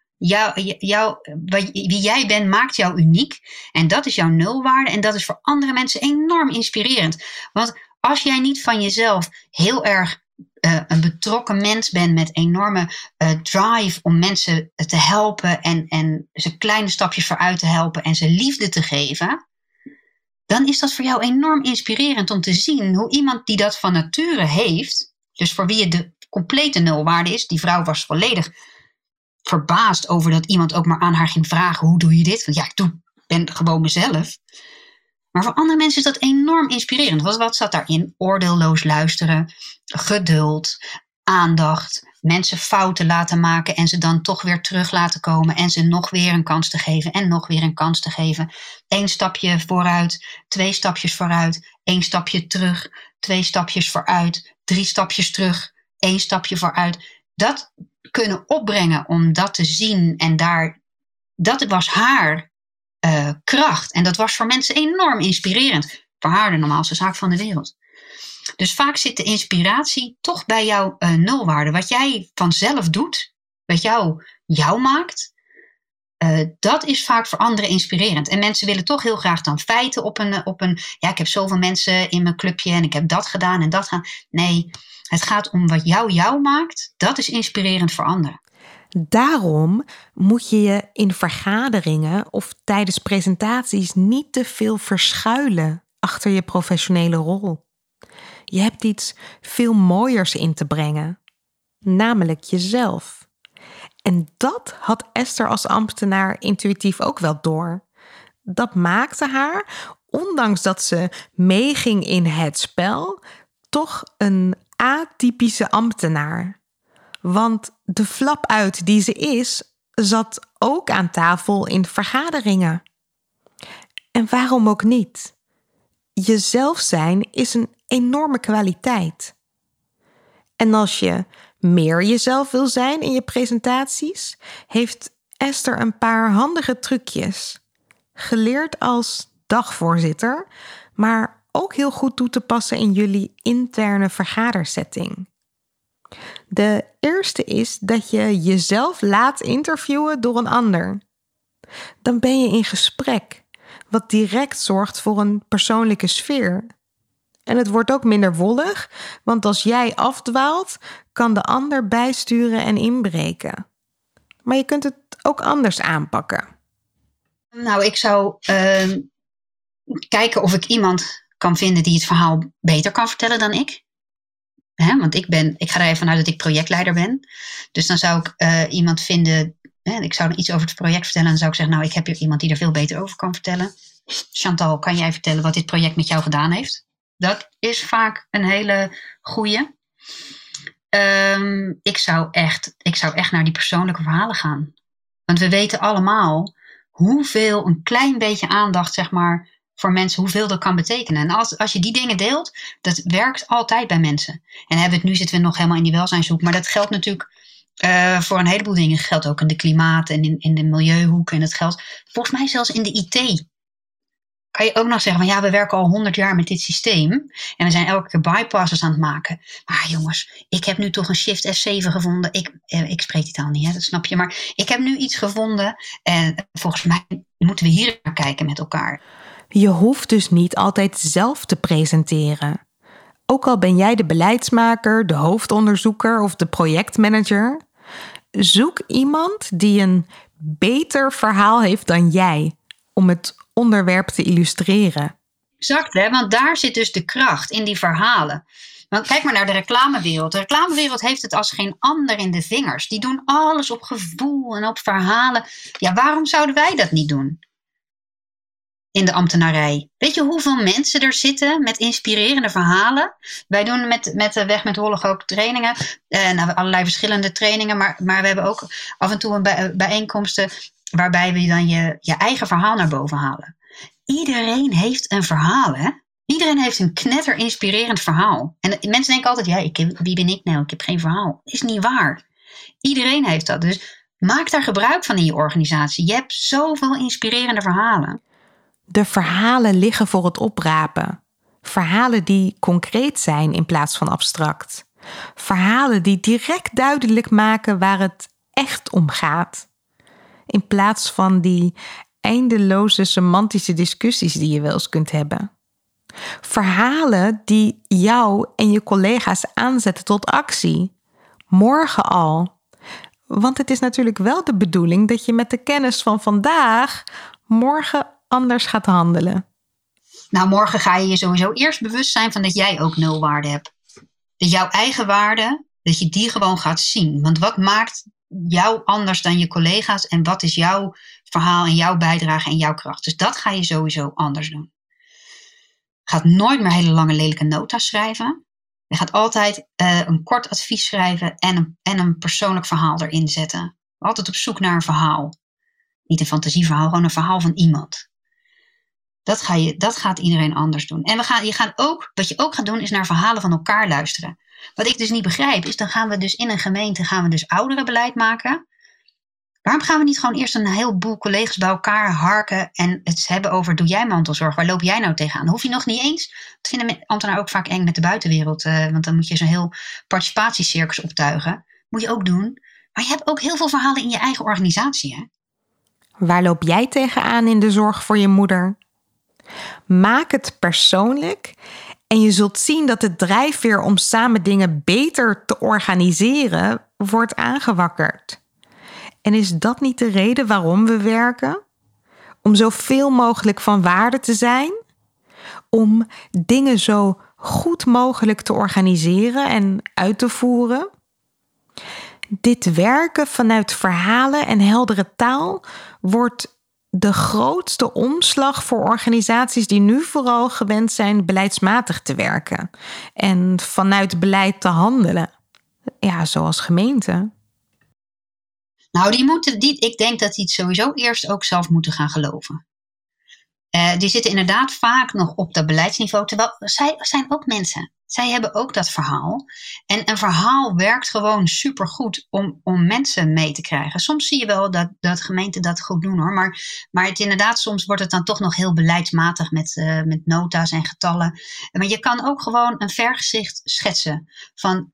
Wie jij bent maakt jou uniek. En dat is jouw nulwaarde. En dat is voor andere mensen enorm inspirerend. Want als jij niet van jezelf heel erg een betrokken mens bent met enorme drive om mensen te helpen en ze kleine stapjes vooruit te helpen en ze liefde te geven, dan is dat voor jou enorm inspirerend om te zien hoe iemand die dat van nature heeft, dus voor wie het de complete nulwaarde is, die vrouw was volledig verbaasd over dat iemand ook maar aan haar ging vragen, hoe doe je dit? Want ik ben gewoon mezelf. Maar voor andere mensen is dat enorm inspirerend. Wat zat daarin? Oordeelloos luisteren, geduld, aandacht, mensen fouten laten maken en ze dan toch weer terug laten komen en ze nog weer een kans te geven en nog weer een kans te geven. 1 stapje vooruit, 2 stapjes vooruit, 1 stapje terug, 2 stapjes vooruit, 3 stapjes terug, 1 stapje vooruit. Dat kunnen opbrengen om dat te zien en dat was haar kracht. En dat was voor mensen enorm inspirerend. Voor haar de normaalste zaak van de wereld. Dus vaak zit de inspiratie toch bij jouw nulwaarde. Wat jij vanzelf doet, wat jou maakt, dat is vaak voor anderen inspirerend. En mensen willen toch heel graag dan feiten op een ik heb zoveel mensen in mijn clubje en ik heb dat gedaan en dat gedaan. Nee, het gaat om wat jou maakt. Dat is inspirerend voor anderen. Daarom moet je je in vergaderingen of tijdens presentaties niet te veel verschuilen achter je professionele rol. Je hebt iets veel mooiers in te brengen, namelijk jezelf. En dat had Esther als ambtenaar intuïtief ook wel door. Dat maakte haar, ondanks dat ze meeging in het spel, toch een atypische ambtenaar. Want de flap uit die ze is, zat ook aan tafel in vergaderingen. En waarom ook niet? Jezelf zijn is een enorme kwaliteit. En als je meer jezelf wil zijn in je presentaties, heeft Esther een paar handige trucjes. Geleerd als dagvoorzitter, maar ook heel goed toe te passen in jullie interne vergadersetting. De eerste is dat je jezelf laat interviewen door een ander. Dan ben je in gesprek, wat direct zorgt voor een persoonlijke sfeer. En het wordt ook minder wollig, want als jij afdwaalt, kan de ander bijsturen en inbreken. Maar je kunt het ook anders aanpakken. Nou, ik zou kijken of ik iemand kan vinden die het verhaal beter kan vertellen dan ik. Want ik ga er even vanuit dat ik projectleider ben. Dus dan zou ik iemand vinden. Ik zou dan iets over het project vertellen. En dan zou ik zeggen, nou, ik heb hier iemand die er veel beter over kan vertellen. Chantal, kan jij vertellen wat dit project met jou gedaan heeft? Dat is vaak een hele goeie. Ik zou echt naar die persoonlijke verhalen gaan. Want we weten allemaal hoeveel een klein beetje aandacht, zeg maar, voor mensen, hoeveel dat kan betekenen. En als je die dingen deelt, dat werkt altijd bij mensen. En zitten we nog helemaal in die welzijnshoek. Maar dat geldt natuurlijk voor een heleboel dingen. Dat geldt ook in de klimaat en in de milieuhoek. En dat geldt volgens mij zelfs in de IT. Kan je ook nog zeggen van we werken al 100 jaar met dit systeem. En we zijn elke keer bypasses aan het maken. Maar jongens, ik heb nu toch een Shift F7 gevonden. Ik spreek die taal niet, dat snap je. Maar ik heb nu iets gevonden. En volgens mij moeten we hier naar kijken met elkaar. Je hoeft dus niet altijd zelf te presenteren. Ook al ben jij de beleidsmaker, de hoofdonderzoeker of de projectmanager. Zoek iemand die een beter verhaal heeft dan jij om het onderwerp te illustreren. Exact, want daar zit dus de kracht in die verhalen. Want kijk maar naar de reclamewereld. De reclamewereld heeft het als geen ander in de vingers. Die doen alles op gevoel en op verhalen. Ja, waarom zouden wij dat niet doen? In de ambtenarij. Weet je hoeveel mensen er zitten met inspirerende verhalen? Wij doen met de Weg met Wollig ook trainingen. Allerlei verschillende trainingen. Maar we hebben ook af en toe bijeenkomsten waarbij we dan je eigen verhaal naar boven halen. Iedereen heeft een verhaal, hè? Iedereen heeft een knetter inspirerend verhaal. En mensen denken altijd, wie ben ik nou? Ik heb geen verhaal. Is niet waar. Iedereen heeft dat. Dus maak daar gebruik van in je organisatie. Je hebt zoveel inspirerende verhalen. De verhalen liggen voor het oprapen. Verhalen die concreet zijn in plaats van abstract. Verhalen die direct duidelijk maken waar het echt om gaat. In plaats van die eindeloze semantische discussies die je wel eens kunt hebben. Verhalen die jou en je collega's aanzetten tot actie. Morgen al. Want het is natuurlijk wel de bedoeling dat je met de kennis van vandaag morgen anders gaat handelen. Nou, morgen ga je sowieso eerst bewust zijn van dat jij ook 0 waarde hebt. Dat jouw eigen waarde, dat je die gewoon gaat zien. Want wat maakt jou anders dan je collega's en wat is jouw verhaal en jouw bijdrage en jouw kracht? Dus dat ga je sowieso anders doen. Je gaat nooit meer hele lange lelijke nota's schrijven. Je gaat altijd een kort advies schrijven en een persoonlijk verhaal erin zetten. Altijd op zoek naar een verhaal. Niet een fantasieverhaal, gewoon een verhaal van iemand. Dat gaat iedereen anders doen. En wat je ook gaat doen is naar verhalen van elkaar luisteren. Wat ik dus niet begrijp is, dan gaan we dus in een gemeente ouderenbeleid maken. Waarom gaan we niet gewoon eerst een heleboel collega's bij elkaar harken en het hebben over, doe jij mantelzorg, waar loop jij nou tegenaan? Dan hoef je nog niet eens, dat vinden ambtenaren ook vaak eng met de buitenwereld, want dan moet je zo'n heel participatiecircus optuigen. Moet je ook doen. Maar je hebt ook heel veel verhalen in je eigen organisatie, hè? Waar loop jij tegenaan in de zorg voor je moeder? Maak het persoonlijk en je zult zien dat de drijfveer om samen dingen beter te organiseren wordt aangewakkerd. En is dat niet de reden waarom we werken? Om zoveel mogelijk van waarde te zijn? Om dingen zo goed mogelijk te organiseren en uit te voeren? Dit werken vanuit verhalen en heldere taal wordt de grootste omslag voor organisaties die nu vooral gewend zijn beleidsmatig te werken en vanuit beleid te handelen. Ja, zoals gemeenten. Nou, ik denk dat die het sowieso eerst ook zelf moeten gaan geloven. Die zitten inderdaad vaak nog op dat beleidsniveau, terwijl zij zijn ook mensen. Zij hebben ook dat verhaal. En een verhaal werkt gewoon supergoed om mensen mee te krijgen. Soms zie je wel dat gemeenten dat goed doen, hoor. Maar het inderdaad, soms wordt het dan toch nog heel beleidsmatig met nota's en getallen. Maar je kan ook gewoon een vergezicht schetsen van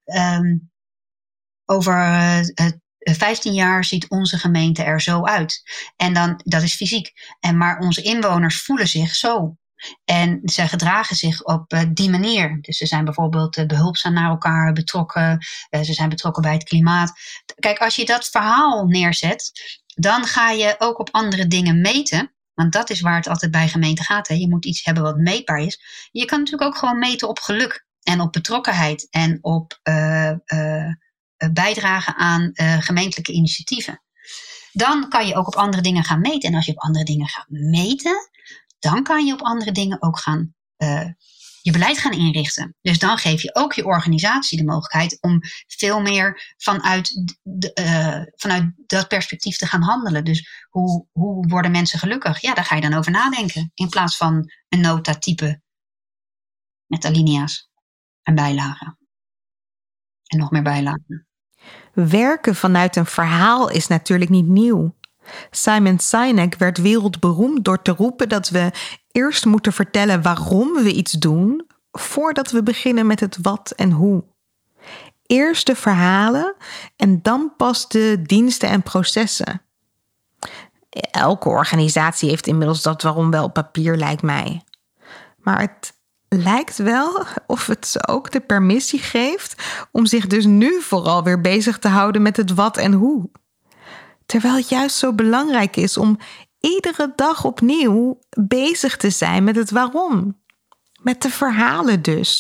over 15 jaar ziet onze gemeente er zo uit. En dan, dat is fysiek. Maar onze inwoners voelen zich zo. En ze gedragen zich op die manier. Dus ze zijn bijvoorbeeld behulpzaam naar elkaar betrokken. Ze zijn betrokken bij het klimaat. Kijk, als je dat verhaal neerzet, dan ga je ook op andere dingen meten. Want dat is waar het altijd bij gemeenten gaat. Hè. Je moet iets hebben wat meetbaar is. Je kan natuurlijk ook gewoon meten op geluk. En op betrokkenheid. En op bijdragen aan gemeentelijke initiatieven. Dan kan je ook op andere dingen gaan meten. En als je op andere dingen gaat meten, dan kan je op andere dingen ook gaan je beleid gaan inrichten. Dus dan geef je ook je organisatie de mogelijkheid om veel meer vanuit dat perspectief te gaan handelen. Dus hoe worden mensen gelukkig? Ja, daar ga je dan over nadenken. In plaats van een nota typen met alinea's en bijlagen. En nog meer bijlagen. Werken vanuit een verhaal is natuurlijk niet nieuw. Simon Sinek werd wereldberoemd door te roepen dat we eerst moeten vertellen waarom we iets doen, voordat we beginnen met het wat en hoe. Eerst de verhalen en dan pas de diensten en processen. Elke organisatie heeft inmiddels dat waarom wel op papier, lijkt mij. Maar het lijkt wel of het ze ook de permissie geeft om zich dus nu vooral weer bezig te houden met het wat en hoe. Terwijl het juist zo belangrijk is om iedere dag opnieuw bezig te zijn met het waarom. Met de verhalen dus.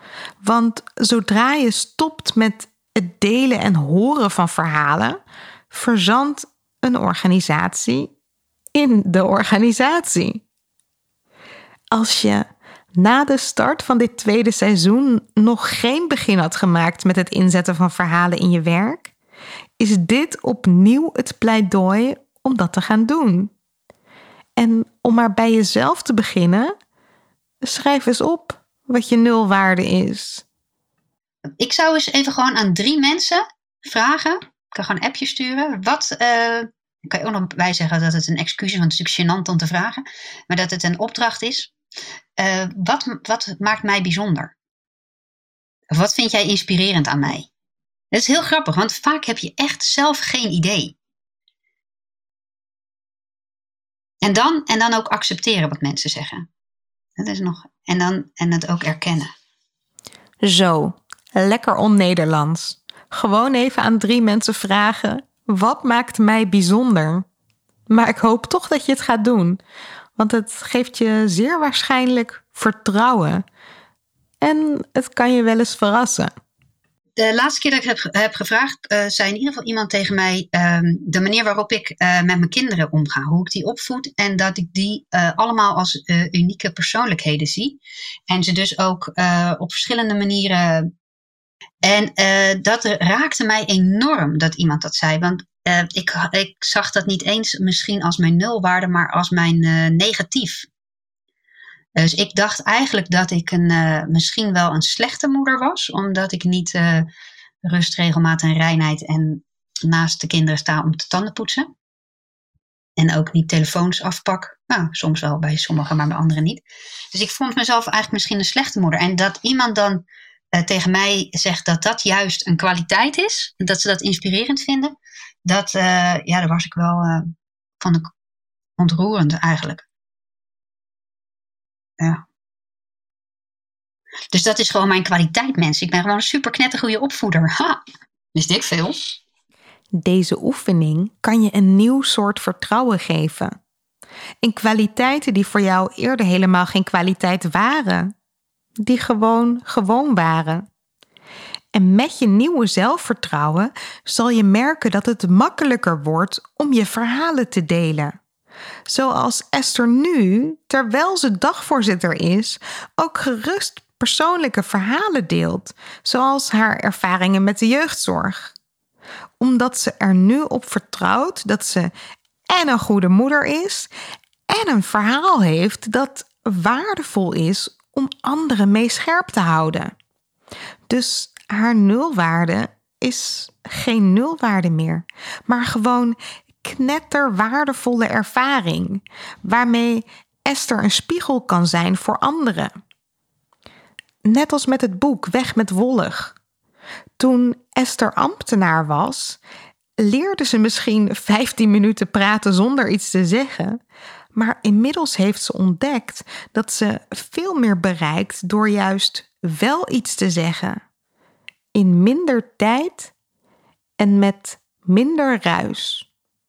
Want zodra je stopt met het delen en horen van verhalen, verzandt een organisatie in de organisatie. Als je na de start van dit tweede seizoen nog geen begin had gemaakt met het inzetten van verhalen in je werk, is dit opnieuw het pleidooi om dat te gaan doen. En om maar bij jezelf te beginnen, schrijf eens op wat je nulwaarde is. Ik zou eens even gewoon aan 3 mensen vragen. Ik kan gewoon een appje sturen. Ik kan je ook nog bij zeggen dat het een excuus is, want het is natuurlijk gênant om te vragen. Maar dat het een opdracht is. Wat maakt mij bijzonder? Of wat vind jij inspirerend aan mij? Dat is heel grappig, want vaak heb je echt zelf geen idee. En dan ook accepteren wat mensen zeggen. Dat is nog, en het ook erkennen. Zo, lekker on-Nederlands. Gewoon even aan 3 mensen vragen, wat maakt mij bijzonder? Maar ik hoop toch dat je het gaat doen. Want het geeft je zeer waarschijnlijk vertrouwen. En het kan je wel eens verrassen. De laatste keer dat ik heb gevraagd, zei in ieder geval iemand tegen mij de manier waarop ik met mijn kinderen omga. Hoe ik die opvoed en dat ik die allemaal als unieke persoonlijkheden zie. En ze dus ook op verschillende manieren. En dat raakte mij enorm dat iemand dat zei. Want ik zag dat niet eens misschien als mijn nulwaarde, maar als mijn negatief. Dus ik dacht eigenlijk dat ik misschien wel een slechte moeder was. Omdat ik niet rust, regelmaat en reinheid en naast de kinderen sta om te tanden poetsen. En ook niet telefoons afpak. Nou, soms wel bij sommigen, maar bij anderen niet. Dus ik vond mezelf eigenlijk misschien een slechte moeder. En dat iemand dan tegen mij zegt dat dat juist een kwaliteit is. Dat ze dat inspirerend vinden. Daar was ik wel van ontroerend eigenlijk. Ja. Dus dat is gewoon mijn kwaliteit, mensen. Ik ben gewoon een super knettergoeie opvoeder. Ha, wist ik veel. Deze oefening kan je een nieuw soort vertrouwen geven. In kwaliteiten die voor jou eerder helemaal geen kwaliteit waren. Die gewoon waren. En met je nieuwe zelfvertrouwen zal je merken dat het makkelijker wordt om je verhalen te delen. Zoals Esther nu, terwijl ze dagvoorzitter is, ook gerust persoonlijke verhalen deelt, zoals haar ervaringen met de jeugdzorg. Omdat ze er nu op vertrouwt dat ze en een goede moeder is en een verhaal heeft dat waardevol is om anderen mee scherp te houden. Dus haar nulwaarde is geen nulwaarde meer, maar gewoon knetterwaardevolle ervaring, waarmee Esther een spiegel kan zijn voor anderen. Net als met het boek Weg met Wollig. Toen Esther ambtenaar was, leerde ze misschien 15 minuten praten zonder iets te zeggen, maar inmiddels heeft ze ontdekt dat ze veel meer bereikt door juist wel iets te zeggen. In minder tijd en met minder ruis.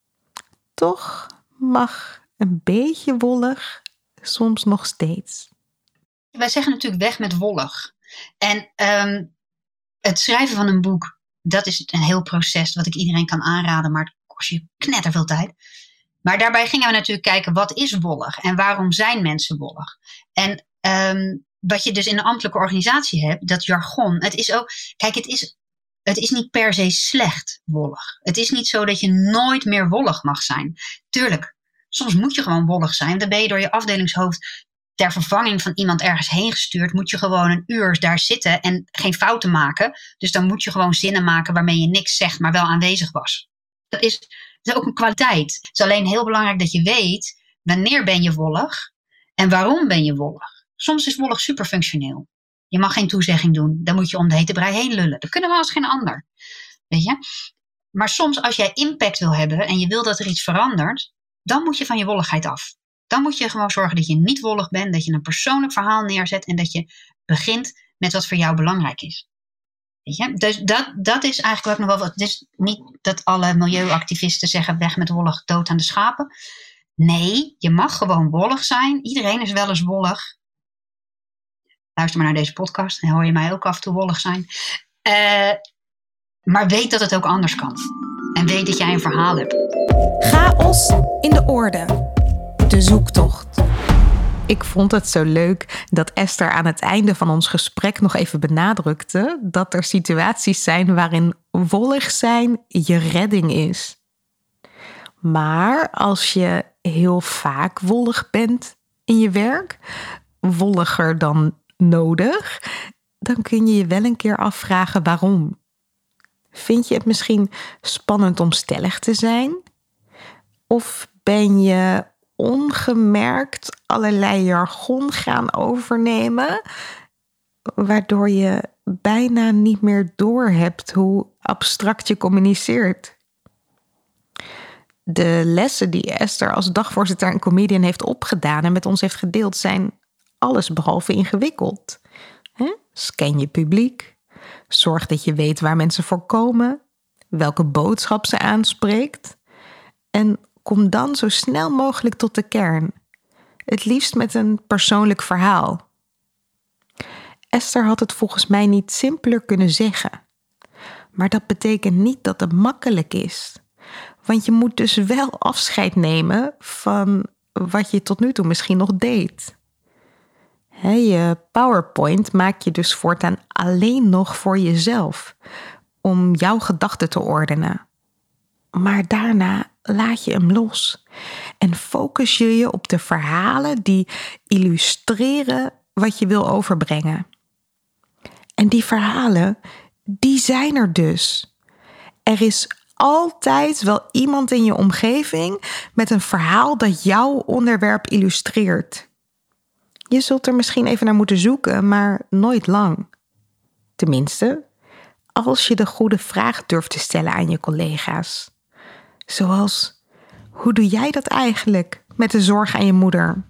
Toch mag een beetje wollig soms nog steeds. Wij zeggen natuurlijk weg met wollig. En het schrijven van een boek, dat is een heel proces wat ik iedereen kan aanraden, maar het kost je knetterveel tijd. Maar daarbij gingen we natuurlijk kijken, wat is wollig en waarom zijn mensen wollig? En wat je dus in een ambtelijke organisatie hebt, dat jargon, het is ook, kijk, het is niet per se slecht wollig. Het is niet zo dat je nooit meer wollig mag zijn. Tuurlijk, soms moet je gewoon wollig zijn. Dan ben je door je afdelingshoofd ter vervanging van iemand ergens heen gestuurd. Moet je gewoon een uur daar zitten en geen fouten maken. Dus dan moet je gewoon zinnen maken waarmee je niks zegt, maar wel aanwezig was. Dat is ook een kwaliteit. Het is alleen heel belangrijk dat je weet, wanneer ben je wollig en waarom ben je wollig. Soms is wollig superfunctioneel. Je mag geen toezegging doen. Dan moet je om de hete brei heen lullen. Dat kunnen we als geen ander. Weet je? Maar soms als jij impact wil hebben en je wil dat er iets verandert, dan moet je van je wolligheid af. Dan moet je gewoon zorgen dat je niet wollig bent, dat je een persoonlijk verhaal neerzet en dat je begint met wat voor jou belangrijk is. Weet je? Dus dat is eigenlijk ook nog wel wat. Het is niet dat alle milieuactivisten zeggen weg met wollig, dood aan de schapen. Nee, je mag gewoon wollig zijn. Iedereen is wel eens wollig. luister maar naar deze podcast. Dan hoor je mij ook af en toe wollig zijn. Maar weet dat het ook anders kan. En weet dat jij een verhaal hebt. Chaos in de orde. De zoektocht. Ik vond het zo leuk dat Esther aan het einde van ons gesprek nog even benadrukte dat er situaties zijn waarin wollig zijn je redding is. Maar als je heel vaak wollig bent in je werk, wolliger dan nodig, dan kun je je wel een keer afvragen waarom. Vind je het misschien spannend om stellig te zijn? Of ben je ongemerkt allerlei jargon gaan overnemen, waardoor je bijna niet meer doorhebt hoe abstract je communiceert? De lessen die Esther als dagvoorzitter en comedian heeft opgedaan en met ons heeft gedeeld zijn allesbehalve ingewikkeld. Scan je publiek. Zorg dat je weet waar mensen voor komen, welke boodschap ze aanspreekt. En kom dan zo snel mogelijk tot de kern. Het liefst met een persoonlijk verhaal. Esther had het volgens mij niet simpeler kunnen zeggen. Maar dat betekent niet dat het makkelijk is. Want je moet dus wel afscheid nemen van wat je tot nu toe misschien nog deed. Je PowerPoint maak je dus voortaan alleen nog voor jezelf, om jouw gedachten te ordenen. Maar daarna laat je hem los en focus je je op de verhalen die illustreren wat je wil overbrengen. En die verhalen, die zijn er dus. Er is altijd wel iemand in je omgeving met een verhaal dat jouw onderwerp illustreert. Je zult er misschien even naar moeten zoeken, maar nooit lang. Tenminste, als je de goede vraag durft te stellen aan je collega's. Zoals, hoe doe jij dat eigenlijk met de zorg aan je moeder?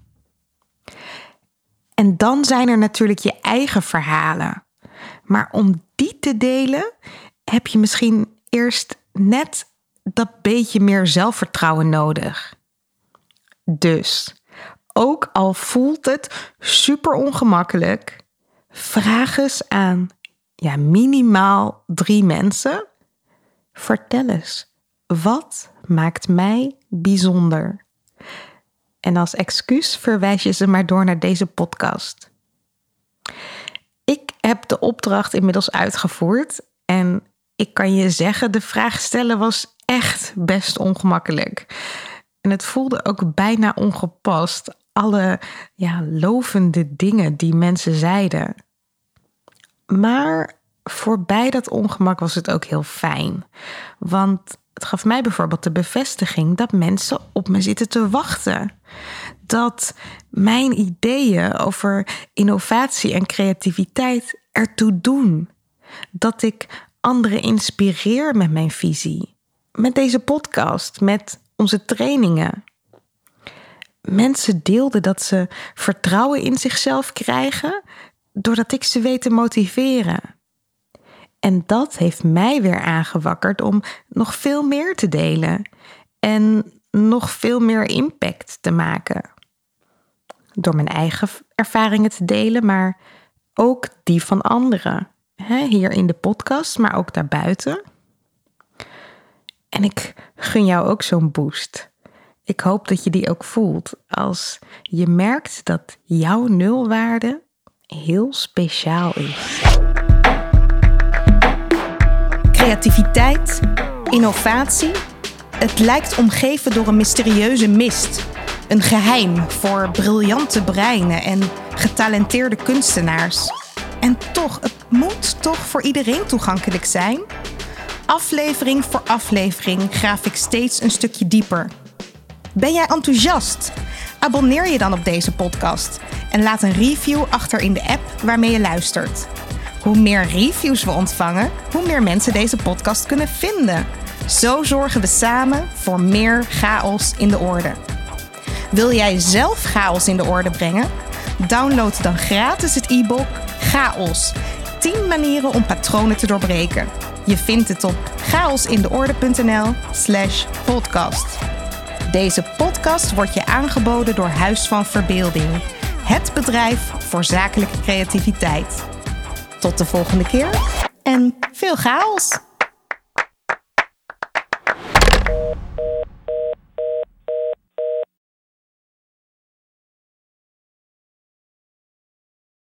En dan zijn er natuurlijk je eigen verhalen. Maar om die te delen, heb je misschien eerst net dat beetje meer zelfvertrouwen nodig. Dus, ook al voelt het super ongemakkelijk, vraag eens aan minimaal 3 mensen. Vertel eens, wat maakt mij bijzonder? En als excuus verwijs je ze maar door naar deze podcast. Ik heb de opdracht inmiddels uitgevoerd en ik kan je zeggen, de vraag stellen was echt best ongemakkelijk. En het voelde ook bijna ongepast. Alle lovende dingen die mensen zeiden. Maar voorbij dat ongemak was het ook heel fijn. Want het gaf mij bijvoorbeeld de bevestiging dat mensen op me zitten te wachten. Dat mijn ideeën over innovatie en creativiteit ertoe doen. Dat ik anderen inspireer met mijn visie. Met deze podcast, met onze trainingen. Mensen deelden dat ze vertrouwen in zichzelf krijgen doordat ik ze weet te motiveren. En dat heeft mij weer aangewakkerd om nog veel meer te delen en nog veel meer impact te maken. Door mijn eigen ervaringen te delen, maar ook die van anderen. Hier in de podcast, maar ook daarbuiten. En ik gun jou ook zo'n boost. Ik hoop dat je die ook voelt als je merkt dat jouw nulwaarde heel speciaal is. Creativiteit, innovatie. Het lijkt omgeven door een mysterieuze mist. Een geheim voor briljante breinen en getalenteerde kunstenaars. En toch, het moet toch voor iedereen toegankelijk zijn? Aflevering voor aflevering graaf ik steeds een stukje dieper. Ben jij enthousiast? Abonneer je dan op deze podcast en laat een review achter in de app waarmee je luistert. Hoe meer reviews we ontvangen, hoe meer mensen deze podcast kunnen vinden. Zo zorgen we samen voor meer chaos in de orde. Wil jij zelf chaos in de orde brengen? Download dan gratis het e-book Chaos. 10 manieren om patronen te doorbreken. Je vindt het op chaosindeorde.nl/podcast. Deze podcast wordt je aangeboden door Huis van Verbeelding. het bedrijf voor zakelijke creativiteit. Tot de volgende keer en veel chaos!